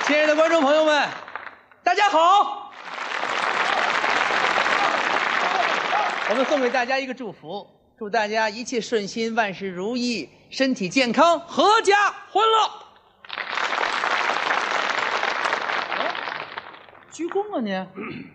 亲爱的观众朋友们，大家好！我们送给大家一个祝福，祝大家一切顺心，万事如意，身体健康，阖家欢乐。鞠躬啊你！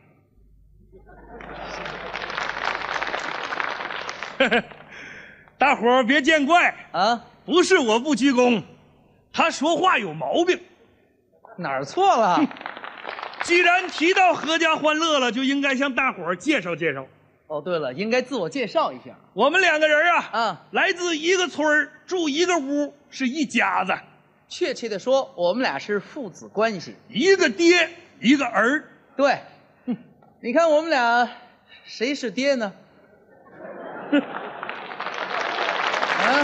大伙儿别见怪啊， 不是我不鞠躬，他说话有毛病。 哪儿错了？ 既然提到阖家欢乐了，就应该向大伙儿介绍介绍。 哦，对了，应该自我介绍一下。 我们两个人啊， 来自一个村儿，住一个屋，是一家子。 确切的说，我们俩是父子关系， 一个爹，一个儿。 对，你看我们俩谁是爹呢？啊，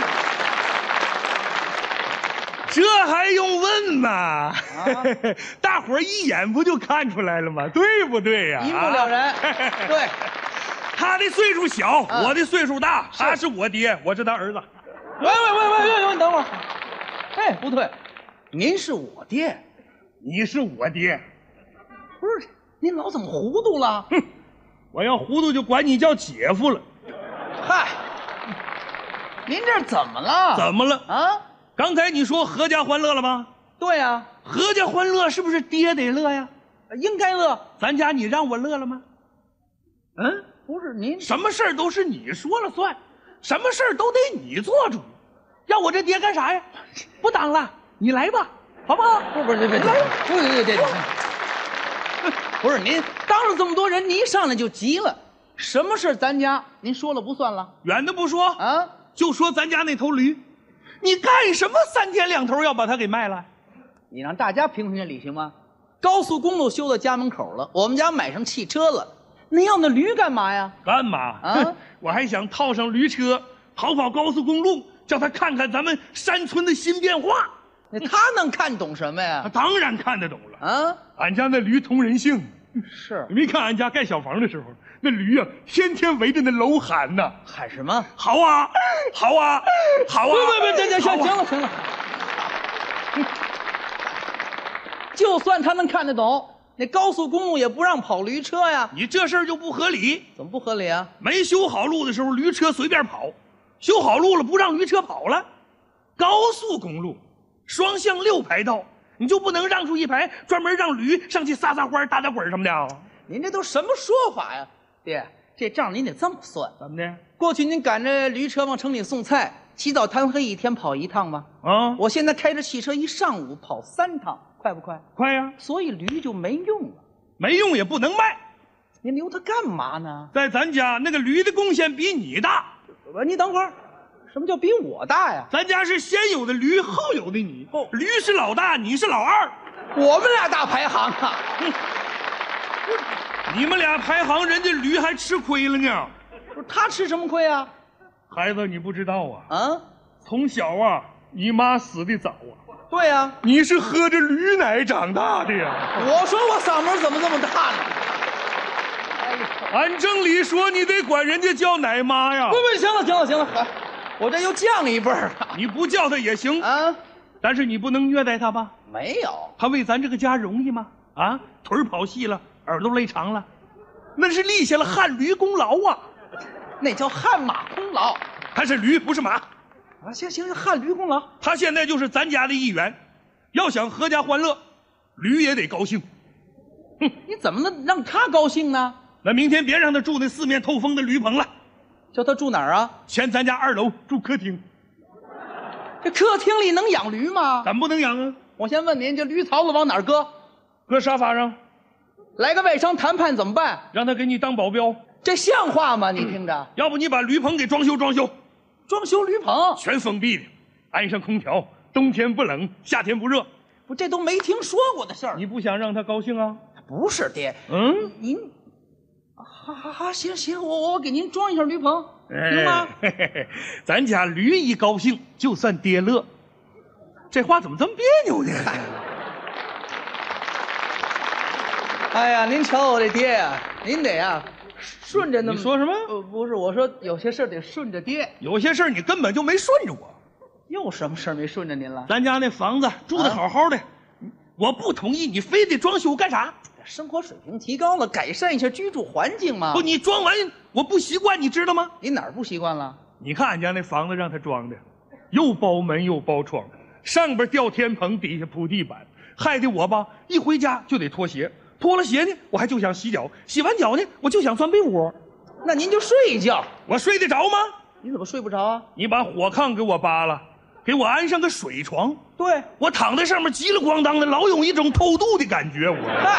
这还用问吗？大伙儿一眼不就看出来了吗？对不对呀？ 一目了然。对， 他的岁数小，我的岁数大，他是我爹，我是他儿子。 喂，你等会儿。哎，不对，您是我爹， 你是我爹。 不是，您老怎么糊涂了？ 哼，我要糊涂就管你叫姐夫了。 嗨，您这怎么了？ 怎么了啊？ 刚才你说阖家欢乐了吗？ 对呀， 阖家欢乐是不是爹得乐呀？ 应该乐。 咱家你让我乐了吗？嗯， 不是您什么事儿都是你说了算，什么事儿都得你做主，让我这爹干啥呀？不当了，你来吧，好不好？ 不是，别，不是您当了这么多人，您一上来就急了，什么事咱家您说了不算了？ 远的不说啊， 就说咱家那头驴，你干什么3天2头要把它给卖了？ 你让大家评评这理行吗？高速公路修到家门口了，我们家买上汽车了，您要那驴干嘛呀？ 干嘛啊？ 我还想套上驴车，跑高速公路，叫他看看咱们山村的新变化。 他能看懂什么呀？ 他当然看得懂了啊！ 俺家那驴通人性。 是， 你没看俺家盖小房的时候，那驴啊，天天围着那楼喊呢。 喊什么？ 好啊，好啊，好啊！ 别，行了。就算他能看得懂，那高速公路也不让跑驴车呀。 你这事儿就不合理。 怎么不合理啊？ 没修好路的时候，驴车随便跑；修好路了，不让驴车跑了。高速公路双向6排道，你就不能让出一排，专门让驴上去撒欢、打滚什么的啊？ 您这都什么说法呀，爹？这账您得这么算。 怎么的？ 过去您赶着驴车往城里送菜，起早贪黑，一天跑1趟吗？ 啊！ 我现在开着汽车一上午跑3趟，快不快？ 快呀！ 所以驴就没用了。 没用也不能卖。 您留它干嘛呢？ 在咱家那个驴的贡献比你大。 你等会儿，什么叫比我大呀？ 咱家是先有的驴，后有的你。驴是老大，你是老二。 我们俩大排行啊！ 你们俩排行，人家驴还吃亏了呢。 不是他吃什么亏啊？ 孩子，你不知道啊？ 啊， 从小啊，你妈死的早啊。 对呀， 你是喝着驴奶长大的呀。 我说我嗓门怎么这么大呢？ 按正理说，你得管人家叫奶妈呀。 不，行了，我这又降一辈儿了。 你不叫她也行啊， 但是你不能虐待她吧？ 没有， 她为咱这个家容易吗？啊，腿跑细了，耳朵累长了，那是立下了汗驴功劳啊。 那叫汗马功劳。 他是驴，不是马。 啊，行，汗驴功劳。 他现在就是咱家的一员，要想阖家欢乐，驴也得高兴。 哼，你怎么能让他高兴呢？ 那明天别让他住那四面透风的驴棚了， 叫他住哪儿啊？ 迁咱家2楼住客厅。 这客厅里能养驴吗？ 咱不能养啊！ 我先问您，这驴槽子往哪儿搁？ 搁沙发上。 来个外商谈判怎么办？ 让他给你当保镖。 这像话吗？你听着， 要不你把驴棚给装修， 装修驴棚全封闭的，安上空调，冬天不冷，夏天不热。 不，这都没听说过的事儿。 你不想让他高兴啊？ 不是爹，您，好，行，我给您装一下驴棚，行吗？ 咱家驴一高兴，就算爹乐。这话怎么这么别扭呢？ 哎呀，您瞧我这爹呀，您得呀，顺着那么。 你说什么？ 不是，我说有些事儿得顺着爹， 有些事儿你根本就没顺着我。 又什么事儿没顺着您了？ 咱家那房子住的好好的， 我不同意，你非得装修干啥？ 生活水平提高了，改善一下居住环境嘛。 不，你装完我不习惯，你知道吗？ 你哪儿不习惯了？ 你看俺家那房子让他装的，又包门又包窗，上边吊天棚，底下铺地板，害得我吧一回家就得脱鞋，脱了鞋呢，我还就想洗脚，洗完脚呢，我就想钻被窝。 那您就睡一觉， 我睡得着吗？ 你怎么睡不着啊？ 你把火炕给我扒了，给我安上个水床， 对， 我躺在上面急了咣当的，老有一种偷渡的感觉。 嗨，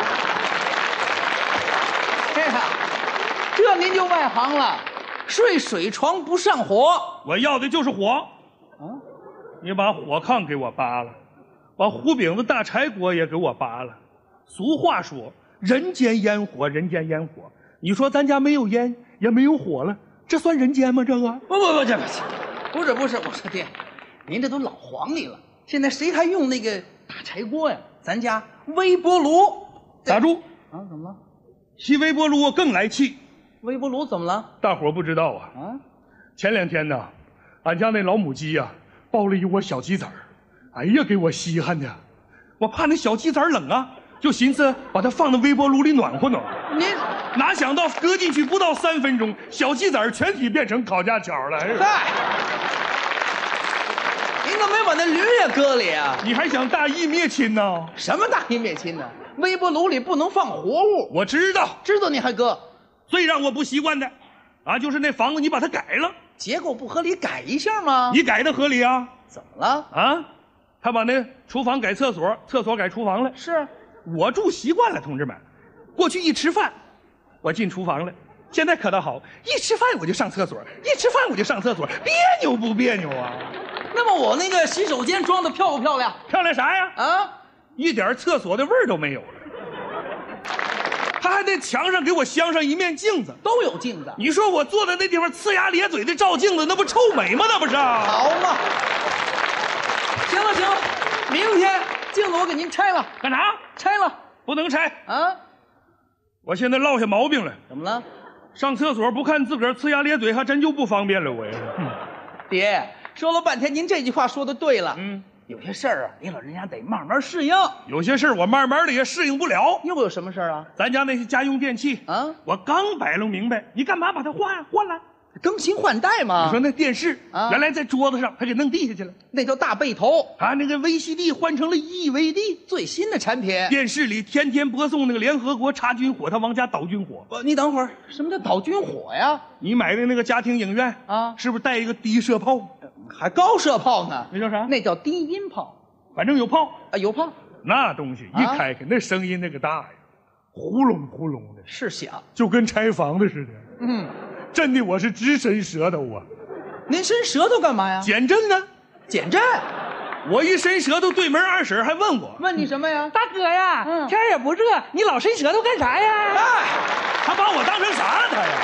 这您就外行了，睡水床不上火。 我要的就是火。 啊， 你把火炕给我扒了，把糊饼子大柴锅也给我扒了。俗话说，人间烟火，人间烟火。你说咱家没有烟，也没有火了，这算人间吗？这个？ 不是，我说爹，您这都老黄历了，现在谁还用那个大柴锅呀？咱家微波炉。 打住！ 啊，怎么了？ 吸微波炉更来气。 微波炉怎么了？ 大伙不知道啊。 啊， 前2天呢，俺家那老母鸡呀，抱了一窝小鸡仔儿，哎呀，给我稀罕的，我怕那小鸡仔冷啊，就寻思把它放到微波炉里暖和暖和。 您哪想到搁进去不到3分钟，小鸡仔儿全体变成烤架条了。 嗨，您怎么没把那驴也搁里啊？ 你还想大义灭亲呢？ 什么大义灭亲呢？微波炉里不能放活物。 我知道， 知道你还搁。 最让我不习惯的，啊，就是那房子你把它改了， 结构不合理，改一下吗？ 你改的合理啊？ 怎么了？ 啊，他把那厨房改厕所，厕所改厨房了。 是， 我住习惯了，同志们，过去一吃饭，我进厨房了。现在可倒好，一吃饭我就上厕所，一吃饭我就上厕所，别扭不别扭啊？ 那么我那个洗手间装的漂不漂亮？ 漂亮啥呀？ 啊， 一点厕所的味儿都没有了。他还在墙上给我镶上一面镜子， 都有镜子。 你说我坐在那地方呲牙咧嘴的照镜子，那不臭美吗？那不是？ 好嘛，行了，明天镜子我给您拆了。 干啥？ 拆了。 不能拆啊！ 我现在落下毛病了。 怎么了？ 上厕所不看自个儿呲牙咧嘴，还真就不方便了。我呀， 爹说了半天，您这句话说的对了。有些事儿啊，您老人家得慢慢适应。 有些事儿我慢慢的也适应不了。 又有什么事儿啊？ 咱家那些家用电器啊，我刚摆弄明白，你干嘛把它换了？ 更新换代嘛。 你说那电视啊，原来在桌子上，他给弄地下去了， 那叫大背头啊。那个 VCD 换成了 EVD， 最新的产品。 电视里天天播送那个联合国查军火，他往家导军火。 你等会儿，什么叫导军火呀？ 你买的那个家庭影院啊，是不是带一个低射炮？ 还高射炮呢？ 那叫啥？ 那叫低音炮。 反正有炮啊，有炮。 那东西一开开，那声音那个大呀，呼隆呼隆的， 是响， 就跟拆房子似的。震的我是直伸舌头啊！ 您伸舌头干嘛呀？ 减震呢？ 减震。 我一伸舌头，对门二婶还问我：“ 问你什么呀？ 大哥呀，天也不热，你老伸舌头干啥呀？” 哎， 他把我当成啥了他呀？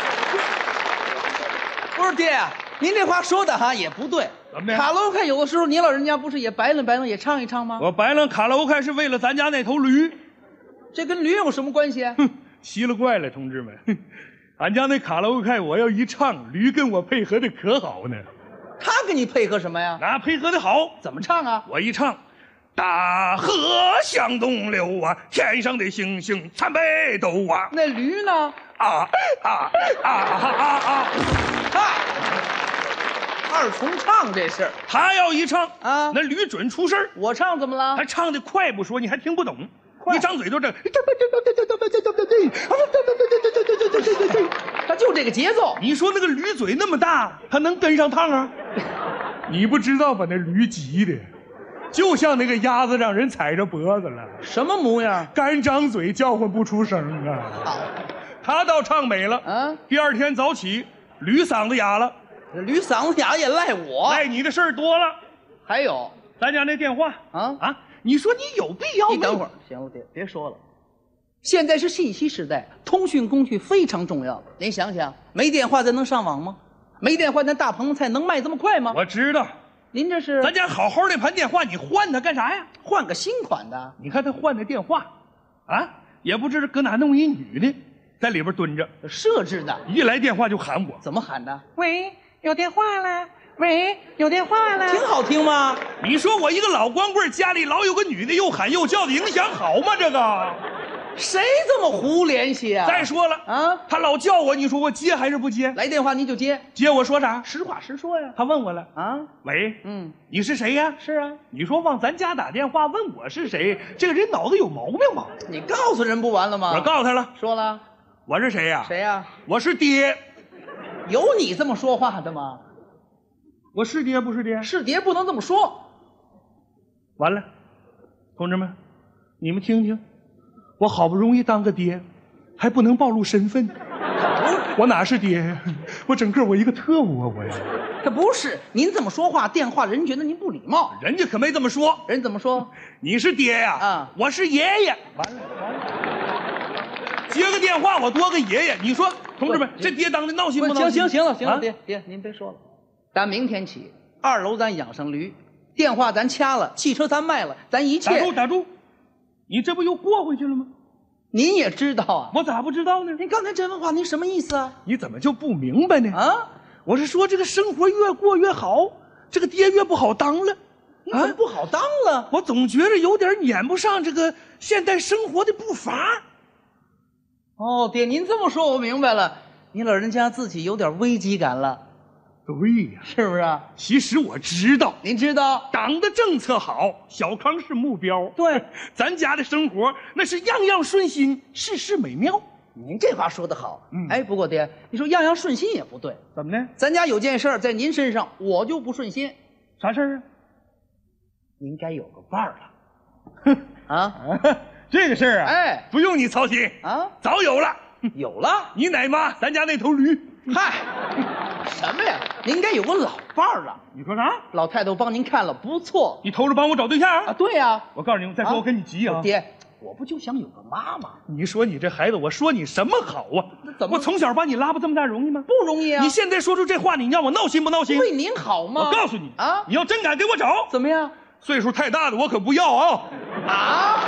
不是爹，您这话说的哈也不对。 怎么的？ 卡拉 OK 有的时候你老人家不是也白楞白楞也唱一唱吗？ 我白楞卡拉 OK 是为了咱家那头驴。 这跟驴有什么关系？ 奇了怪了，同志们。俺家那卡拉 OK， 我要一唱，驴跟我配合的可好呢。 他跟你配合什么呀？ 那配合的好， 怎么唱啊？ 我一唱，大河向东流啊，天上的星星参北斗啊。 那驴呢？二重唱这事儿， 他要一唱啊， 那驴准出事儿。 我唱怎么了？ 他唱的快不说，你还听不懂。一张嘴就这， 他就这个节奏。 你说那个驴嘴那么大，他能跟上趟啊？你不知道把那驴急的，就像那个鸭子让人踩着脖子了， 什么模样？ 干张嘴叫唤不出声啊！ 好， 他倒唱美了啊。 第二天早起，驴嗓子哑了。 驴嗓子哑也赖我， 赖你的事儿多了。 还有咱家那电话啊，你说你有必要？ 你等会儿，行了，别说了。现在是信息时代，通讯工具非常重要。您想想，没电话咱能上网吗？没电话咱大棚菜能卖这么快吗？ 我知道。 您这是？ 咱家好好那盘电话，你换它干啥呀？ 换个新款的。 你看他换的电话，啊，也不知道搁哪弄一女的，在里边蹲着， 设置的。 一来电话就喊我， 怎么喊的？ 喂，有电话了， 喂，有电话了。 挺好听吗？ 你说我一个老光棍，家里老有个女的又喊又叫的，影响好吗？这个， 谁这么胡联系啊？ 再说了啊， 他老叫我，你说我接还是不接？ 来电话你就接， 接我说啥？ 实话实说呀。 他问我了啊， 喂， 嗯， 你是谁呀？ 是啊， 你说往咱家打电话问我是谁，这个人脑子有毛病吧？ 你告诉人不完了吗？ 我告诉他了， 说了， 我是谁呀？ 谁呀？ 我是爹。 有你这么说话的吗？ 我是爹不是爹？ 是爹不能这么说。 完了，同志们，你们听听，我好不容易当个爹，还不能暴露身份，我哪是爹呀？我整个我一个特务啊！我呀， 他不是，您这么说话，电话人觉得您不礼貌。 人家可没这么说。 人怎么说？ 你是爹呀？ 啊， 我是爷爷。完了，接个电话我多个爷爷，你说，同志们，这爹当的闹心不闹心？ 行了， 啊爹您别说了，咱明天起2楼咱养上驴，电话咱掐了，汽车咱卖了，咱一切。 打住！你这不又过回去了吗？ 您也知道啊？ 我咋不知道呢？ 您刚才这问话，您什么意思啊？ 你怎么就不明白呢？ 啊， 我是说这个生活越过越好，这个爹越不好当了。 你怎么不好当了？ 我总觉着有点撵不上这个现代生活的步伐。 哦，爹，您这么说我明白了，您老人家自己有点危机感了， 对呀， 是不是啊？ 其实我知道， 您知道， 党的政策好，小康是目标。 对， 咱家的生活那是样样顺心，事事美妙。 您这话说得好。哎，不过爹，你说样样顺心也不对。 怎么呢？ 咱家有件事儿在您身上，我就不顺心。 啥事儿啊？ 您该有个伴儿了。啊， 这个事儿啊， 哎， 不用你操心啊， 早有了。 有了。 你奶妈，咱家那头驴。 嗨，什么呀？您应该有个老伴儿了。 你说啥？ 老太太帮您看了，不错。 你偷着帮我找对象啊？对呀。 我告诉你，再说我跟你急啊。 爹，我不就想有个妈妈？ 你说你这孩子，我说你什么好啊？ 怎么？ 我从小把你拉拔这么大容易吗？ 不容易啊！ 你现在说出这话，你让我闹心不闹心？ 为您好吗？ 我告诉你啊， 你要真敢给我找， 怎么样？ 岁数太大的我可不要啊！ 啊！